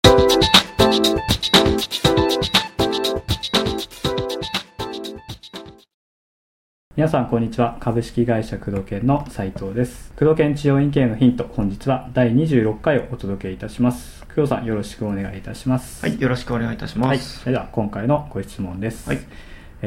皆さんこんにちは。株式会社工藤研の斉藤です。工藤研治療院経営のヒント、本日は第26回をお届けいたします。工藤さん、よろしくお願いいたします。 はい、よろしくお願いいたします。 それでは今回のご質問です。 はい、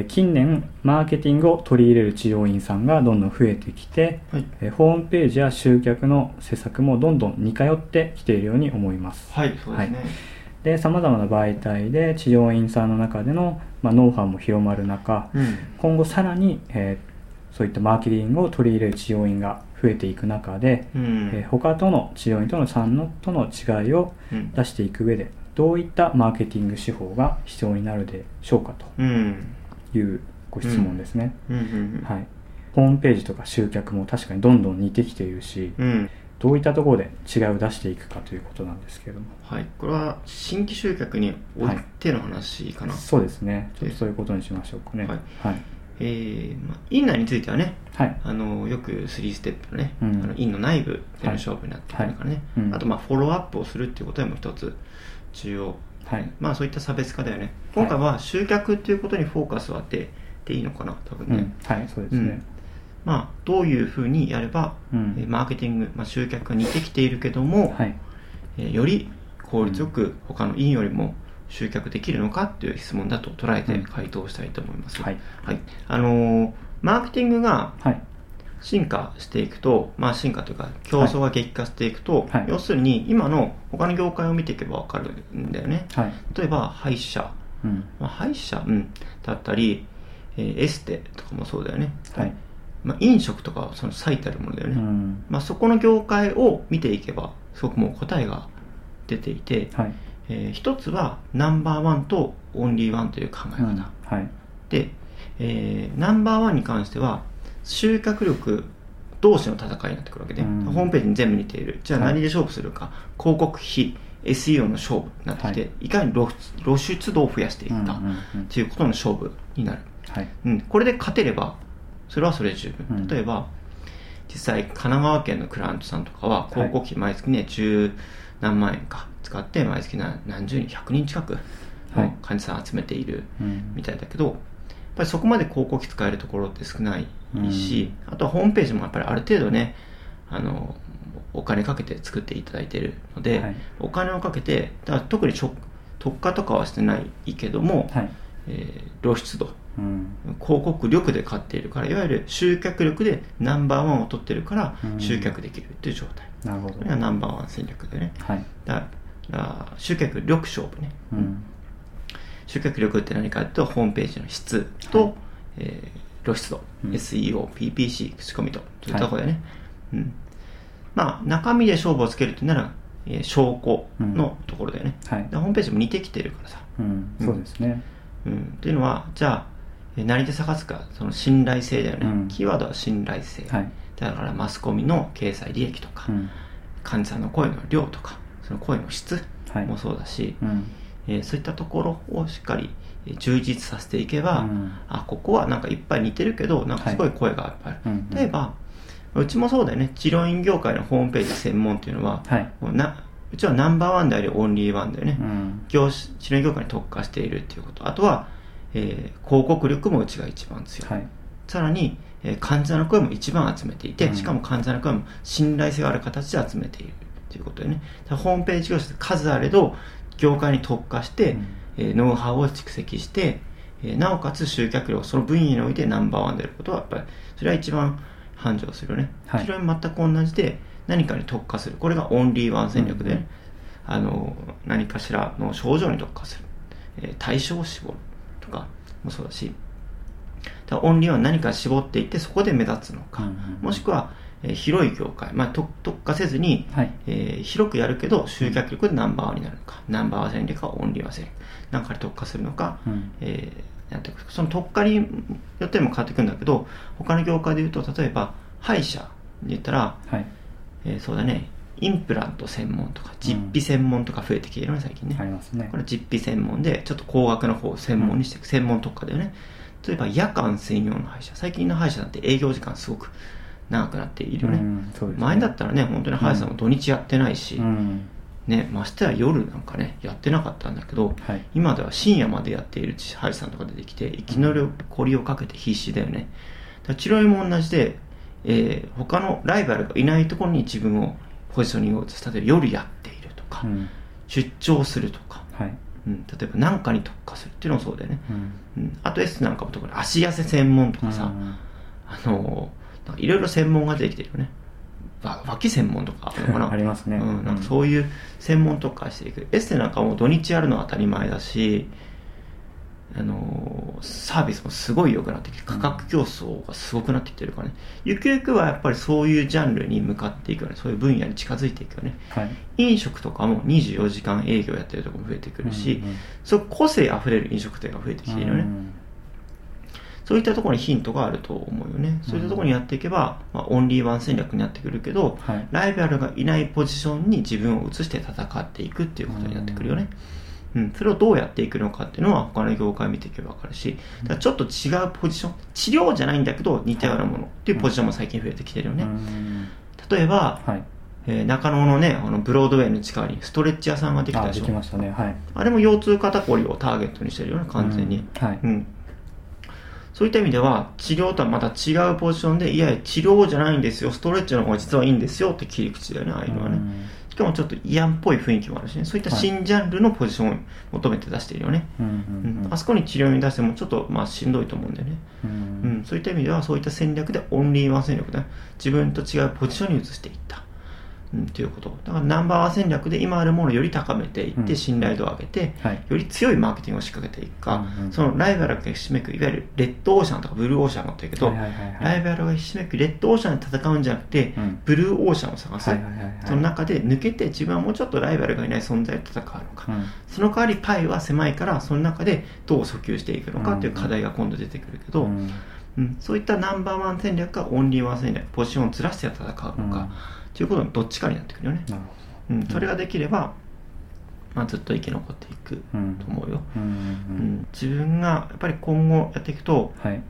近年マーケティングを取り入れる治療院さんがどんどん増えてきて、ホームページや集客の施策もどんどん似通ってきているように思います。 はい、そうですね。 で、様々な媒体で治療院さんの中での、ノウハウも広まる中、今後さらに、そういったマーケティングを取り入れる治療院が増えていく中で、他との治療院とのとの違いを出していく上で、どういったマーケティング手法が必要になるでしょうかというご質問ですね。ホームページとか集客も確かにどんどん似てきているし、どういったところで違いを出していくかということなんですけれども。 はい、これは新規集客においての話かな。 そうですね。ちょっとそういうことにしましょうかね。 院内についてはね、よく3ステップのね、院の内部での勝負になってくるからね、あとフォローアップをするっていうことでも一つ重要、そういった差別化だよね。今回は集客っていうことにフォーカスを当てていいのかな、多分ね。 そうですね。 どういうふうにやれば、マーケティング、集客が似てきているけども、より効率よく他の院よりも集客できるのかっていう質問だと捉えて回答したいと思います。マーケティングが進化していくと、進化というか競争が激化していくと、要するに今の他の業界を見ていけば分かるんだよね。例えば歯医者、だったり、エステとかもそうだよね。飲食とかその最たるものだよね。そこの業界を見ていけばすごくもう答えが出ていて、一つはナンバーワンとオンリーワンという考え方、で、ナンバーワンに関しては集客力同士の戦いになってくるわけで、ホームページに全部似ている。じゃあ何で勝負するか、広告費 SEO の勝負になってきて、いかに露出度を増やしていくかということの勝負になる。これで勝てればそれはそれで十分。例えば実際神奈川県のクライアントさんとかは広告費毎月ね10何万円か使って毎月何十人100人近くの患者さん集めているみたいだけど、やっぱりそこまで広告費使えるところって少ないし、あとはホームページもやっぱりある程度ねお金かけて作っていただいているので、お金をかけてだから特に特化とかはしてないけども、露出度、広告力で勝っているから、いわゆる集客力でナンバーワンを取っているから集客できるという状態。これがナンバーワン戦略でね。だから集客力勝負ね。集客力って何かというと、ホームページの質と、露出度、SEO、PPC、口コミといったところでね。中身で勝負をつけるというなら、証拠のところだよね。ホームページも似てきてるからさ。 そうですね。 というのは、じゃあ何で探すか、その信頼性だよね。キーワードは信頼性。だからマスコミの掲載利益とか、患者さんの声の量とか、その声の質もそうだし、そういったところをしっかり充実させていけば、ここはなんかいっぱい似てるけど、なんかすごい声がいっぱいある。例えば、うちもそうだよね。治療院業界のホームページ専門っていうのは、うちはナンバーワンでありオンリーワンだよね。治療院業界に特化しているっていうこと。あとは、広告力もうちが一番強い。さらに、患者の声も一番集めていて、しかも患者の声も信頼性がある形で集めているということでね。ホームページ業者で数あれど業界に特化して、ノウハウを蓄積して、なおかつ集客量、その分野においてナンバーワンであることはやっぱりそれは一番繁盛するよね。治療院全く同じで何かに特化する。これがオンリーワン戦略で、何かしらの症状に特化する。対象を絞るとかもそうだし、オンリーワン何か絞っていってそこで目立つのか、もしくは、広い業界、特化せずに、広くやるけど集客力でナンバーワンになるのか、ナンバーワン戦略かオンリーワン戦略なんかに特化するのか、やっていく。その特化によっても変わってくるんだけど、他の業界でいうと例えば歯医者で言ったら、そうだね、インプラント専門とか実費専門とか増えてきているのね、最近ね。 ありますね。 これ実費専門でちょっと高額の方を専門にしていく、専門特化だよね。例えば夜間専用の歯医者、最近の歯医者なんて営業時間すごく長くなっているよね。前だったらね、本当に歯医者さんも土日やってないし、 ね、ましては夜なんかねやってなかったんだけど、 はい、 今では深夜までやっている歯医者さんとか出てきて生き残りをかけて必死だよね。だから治療院も同じで、他のライバルがいないところに自分をポジショニングを移す。例えば夜やっているとか、出張するとか、例えば何かに特化するっていうのもそうだよね、あとエステなんかも特に足痩せ専門とかさ、いろいろ専門が出てきてるよね。脇専門とかあるのかなありますね、 なんかそういう専門特化していく。エステなんかも土日やるのは当たり前だし、サービスもすごい良くなってきて価格競争がすごくなってきてるからね、ゆくゆくはやっぱりそういうジャンルに向かっていくよね。そういう分野に近づいていくよね、飲食とかも24時間営業やってるところも増えてくるし、そう個性あふれる飲食店が増えてきているよね、そういったところにヒントがあると思うよね。そういったところにやっていけば、オンリーワン戦略になってくるけど、ライバルがいないポジションに自分を移して戦っていくっていうことになってくるよね。それをどうやっていくのかっていうのは他の業界を見ていけば分かるし、だからちょっと違うポジション、治療じゃないんだけど似たようなものっていうポジションも最近増えてきてるよね。例えば、中野のね、ブロードウェイの近くにストレッチ屋さんができたでしょ。 できましたね、 あれも腰痛肩こりをターゲットにしてるよね、完全に。そういった意味では治療とはまた違うポジションで、いやいや治療じゃないんですよ、ストレッチの方が実はいいんですよって切り口だよね、ああいうのはね。しかもちょっと嫌っぽい雰囲気もあるしね、そういった新ジャンルのポジションを求めて出しているよね。あそこに治療に出してもちょっとしんどいと思うんだよね。そういった意味ではそういった戦略でオンリーワン戦略で自分と違うポジションに移していったということ。だからナンバーワン戦略で今あるものをより高めていって信頼度を上げて、より強いマーケティングを仕掛けていくか、そのライバルがひしめくいわゆるレッドオーシャンとかブルーオーシャンがあったけど、ライバルがひしめくレッドオーシャンで戦うんじゃなくて、ブルーオーシャンを探す、その中で抜けて自分はもうちょっとライバルがいない存在と戦うのか、その代わりパイは狭いからその中でどう訴求していくのかという課題が今度出てくるけど、そういったナンバーワン戦略かオンリーワン戦略、ポジションをずらして戦うのか、ということのどっちかになってくるよね。それができれば、ずっと生き残っていくと思うよ。自分がやっぱり今後やっていくと、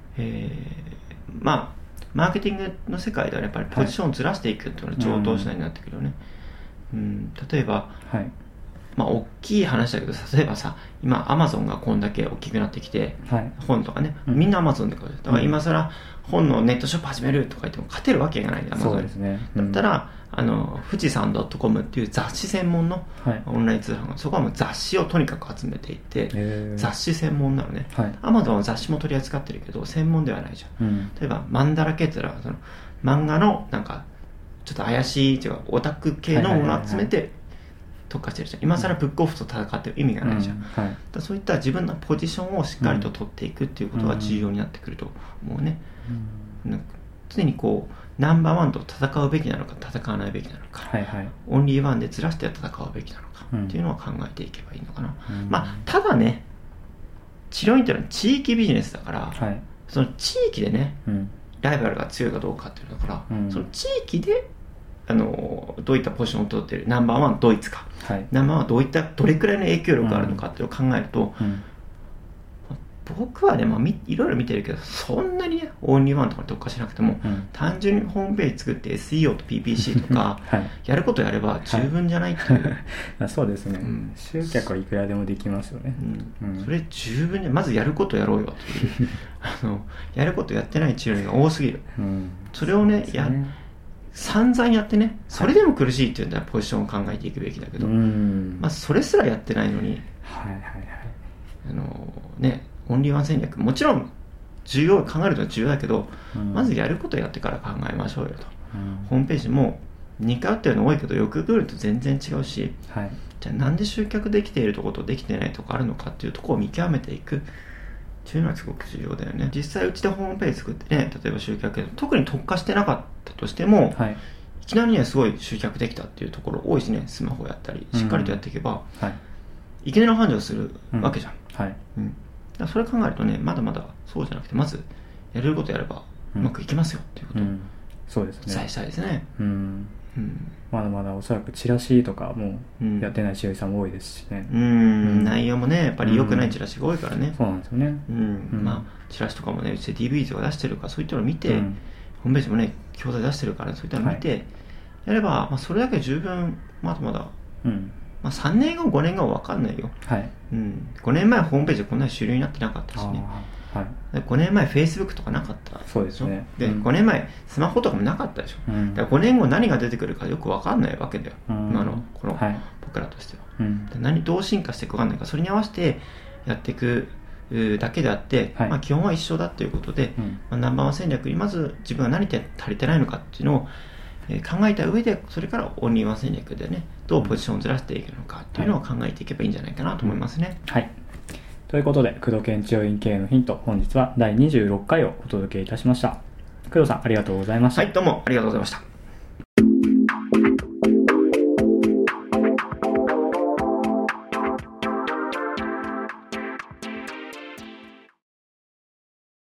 マーケティングの世界ではやっぱりポジションをずらしていくっていうのが上等手段になってくるよね。例えば、大きい話だけど、例えばさ、今アマゾンがこんだけ大きくなってきて、本とかね、みんなアマゾンで買う。だから今更本のネットショップ始めるとか言っても勝てるわけがないんだ、アマゾンに。だったら富士山 .com っていう雑誌専門のオンライン通販が、そこはもう雑誌をとにかく集めていて、雑誌専門なのね。アマゾンは雑誌も取り扱ってるけど専門ではないじゃん。例えばマンダラケっていうのはその漫画のなんかちょっと怪しいっていうかオタク系のものを集めて特化してるじゃん。今更ブックオフと戦ってる意味がないじゃん。だそういった自分のポジションをしっかりと取っていくっていうことが重要になってくると思うね。常にこうナンバーワンと戦うべきなのか戦わないべきなのか、オンリーワンでずらして戦うべきなのかっていうのを考えていけばいいのかな。ただね、治療院っていうのは地域ビジネスだから、その地域でね、ライバルが強いかどうかっていうのだから、その地域でどういったポジションを取っている、ナンバーワンドイツか、ナンバーワンはどれくらいの影響力があるのかっていうのを考えると、僕はね、いろいろ見てるけど、そんなにね、オンリーワンとかに特化しなくても、単純にホームページ作って SEO と PPC とか、やることやれば十分じゃないっていう。 そうですね、集客はいくらでもできますよね。 それ十分に、まずやることやろうよっていうやることやってない治療院が多すぎる。それをね、散々やってね、それでも苦しいっていうんだらポジションを考えていくべきだけど、それすらやってないのに、オンリーワン戦略、もちろん考えるのは重要だけど、まずやることやってから考えましょうよと。ホームページも似通ってるの多いけど、よく来ると全然違うし、じゃあなんで集客できているところとできてないところあるのかっていうところを見極めていくっていうのはすごく重要だよね。実際うちでホームページ作ってね、例えば集客で特に特化してなかったとしても、いきなりねすごい集客できたっていうところ多いしね、スマホやったりしっかりとやっていけば、いきなりの繁盛するわけじゃん。だそれ考えるとね、まだまだそうじゃなくて、まずやれることやればうまくいきますよっていうことをそうですね、 伝えしたいですね。 まだまだおそらくチラシとかもやってない治療院さんも多いですしね。 内容もねやっぱり良くないチラシが多いからね。 そうなんですよね。 チラシとかもね、うちで DVD とか出してるから、そういったのを見て、ホームページもね教材出してるから、そういったのを見てやれば、それだけで十分まだまだ 3年後5年後は分かんないよ、 はい 5年前ホームページこんなに主流になってなかったしね、はい、5年前 Facebook とかなかったそうですね、 で5年前スマホとかもなかったでしょ、だから5年後何が出てくるかよく分かんないわけだよ、今のこの僕らとしては、どう進化していくか分かんないから、それに合わせてやっていくだけであって、基本は一緒だということで、ナンバーワン戦略にまず自分が何で足りてないのかっていうのを考えた上で、それからオンリーワン戦略でね、どうポジションをずらしていくのかっていうのを考えていけばいいんじゃないかなと思いますね。 はい。ということで、工藤研治療院経営のヒント、本日は第26回をお届けいたしました。工藤さん、ありがとうございました。 はい、どうもありがとうございました。